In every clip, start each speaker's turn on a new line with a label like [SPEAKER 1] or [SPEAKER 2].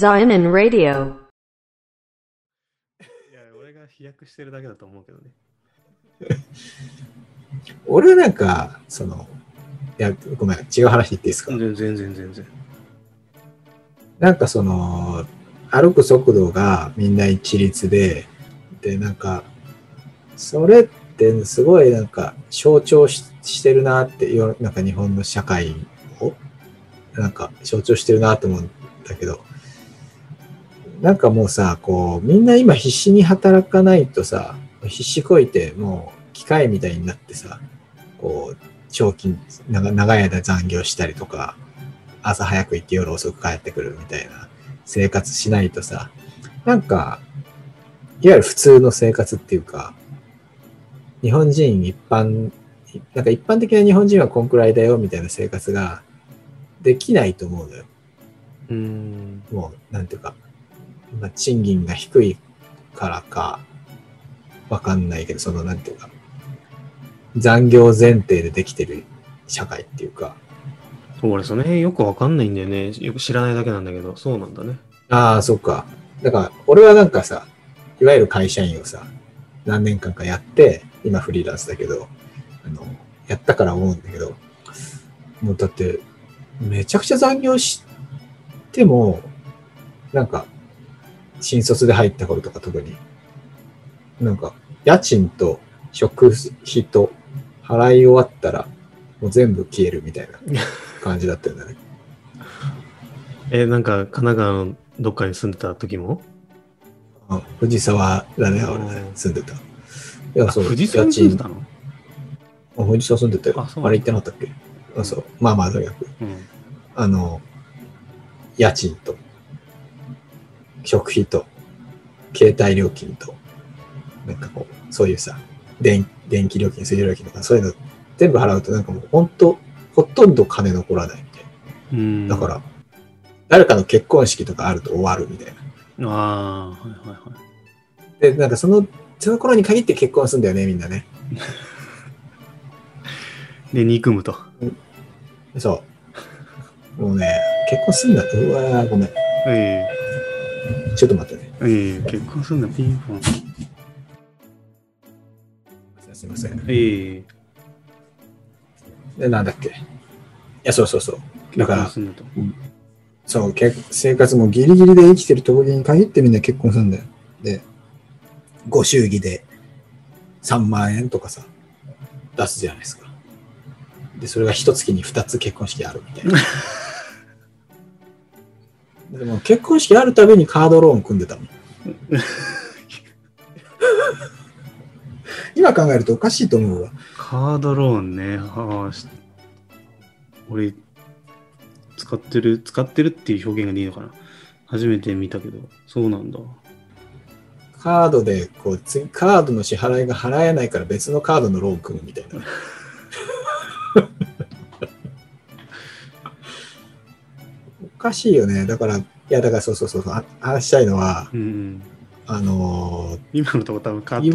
[SPEAKER 1] Zion Radio.
[SPEAKER 2] いや、俺が飛躍してるだけだと思うけどね。
[SPEAKER 3] 俺はなんか、いや、ごめん、違う話言っていいですか？
[SPEAKER 2] 全然。
[SPEAKER 3] なんか歩く速度がみんな一律で、なんか、それってすごいなんか象徴してるなって、なんか日本の社会を、なんか象徴してるなって思うんだけど、なんかもうさ、こう、みんな今必死に働かないとさ、必死こいて、もう機械みたいになってさ、こう、長い間残業したりとか、朝早く行って夜遅く帰ってくるみたいな生活しないとさ、なんか、いわゆる普通の生活っていうか、日本人なんか一般的な日本人はこんくらいだよみたいな生活ができないと思うのよ。もう、なんていうか、賃金が低いからか、わかんないけど、なんていうか、残業前提でできてる社会っていうか。
[SPEAKER 2] 俺、その辺よくわかんないんだよね。よく知らないだけなんだけど、そうなんだね。
[SPEAKER 3] ああ、そっか。だから、俺はなんかさ、いわゆる会社員をさ、何年間かやって、今フリーランスだけど、やったから思うんだけど、もうだって、めちゃくちゃ残業しても、なんか、新卒で入った頃とか特に、なんか、家賃と食費と払い終わったら、もう全部消えるみたいな感じだったんだね。
[SPEAKER 2] なんか、神奈川のどっかに住んでた時も？
[SPEAKER 3] 藤沢だね、俺ね、住んでた。いや、そう、
[SPEAKER 2] 藤沢に住んでたの？
[SPEAKER 3] 藤沢住んでたよ。あれ行ってなかったっけ？そう。まあ、とにかく。家賃と、食費と、携帯料金と、なんかこう、そういうさ、電気料金、水道料金とか、そういうの全部払うと、なんかもうほとんど金残らないみたいな。だから、誰かの結婚式とかあると終わるみたいな。
[SPEAKER 2] はいはい。
[SPEAKER 3] で、なんかその頃に限って結婚するんだよね、みんなね。
[SPEAKER 2] で、憎むと。
[SPEAKER 3] そう。もうね、結婚すんだ。うわー、ごめん。ちょっと待ってね。
[SPEAKER 2] 結婚すんだ、ピンポン。
[SPEAKER 3] すいません。
[SPEAKER 2] で、
[SPEAKER 3] なんだっけ。いや、そう。だから、そう、生活もギリギリで生きてる時に限ってみんな結婚するんだよ。で、ご祝儀で3万円とかさ、出すじゃないですか。で、それが一月に2つ結婚式あるみたいな。でも結婚式あるたびにカードローン組んでたもん。今考えるとおかしいと思うわ。
[SPEAKER 2] カードローンね。俺、使ってるっていう表現がでいいのかな。初めて見たけど、そうなんだ。
[SPEAKER 3] カードで、カードの支払いが払えないから別のカードのローン組むみたいな。おかしいよね。だから、そう、話したいのは、今
[SPEAKER 2] のとこ多分カード。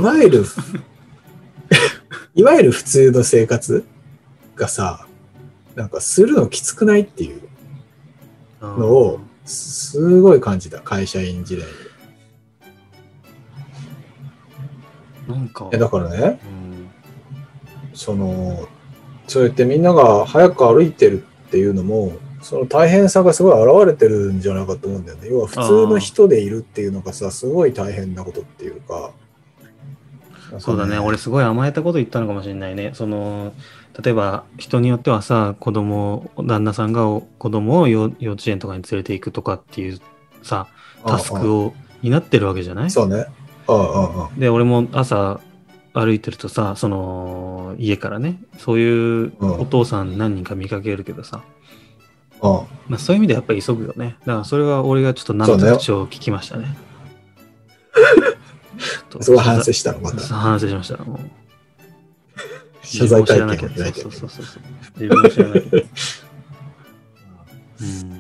[SPEAKER 3] いわゆる普通の生活がさ、なんかするのきつくないっていうのを、すごい感じた、会社員時代に。
[SPEAKER 2] なんか。
[SPEAKER 3] だからね、そうやってみんなが早く歩いてるっていうのも、その大変さがすごい現れてるんじゃないかと思うんだよね。要は普通の人でいるっていうのがさ、すごい大変なことっていうか。
[SPEAKER 2] そうだね。俺すごい甘えたこと言ったのかもしれないね。例えば人によってはさ、旦那さんが子供を幼稚園とかに連れて行くとかっていうさ、タスクを担ってるわけじゃない？
[SPEAKER 3] そうね。
[SPEAKER 2] で、俺も朝歩いてるとさ、家からね、そういうお父さん何人か見かけるけどさ、まあそういう意味でやっぱり急ぐよね。だからそれは俺がちょっと何の特徴を聞きましたね。
[SPEAKER 3] そこは反省したのまた。
[SPEAKER 2] 反省しました。もう
[SPEAKER 3] 謝罪会見を
[SPEAKER 2] 開いて。そう。自分も知らなきゃ。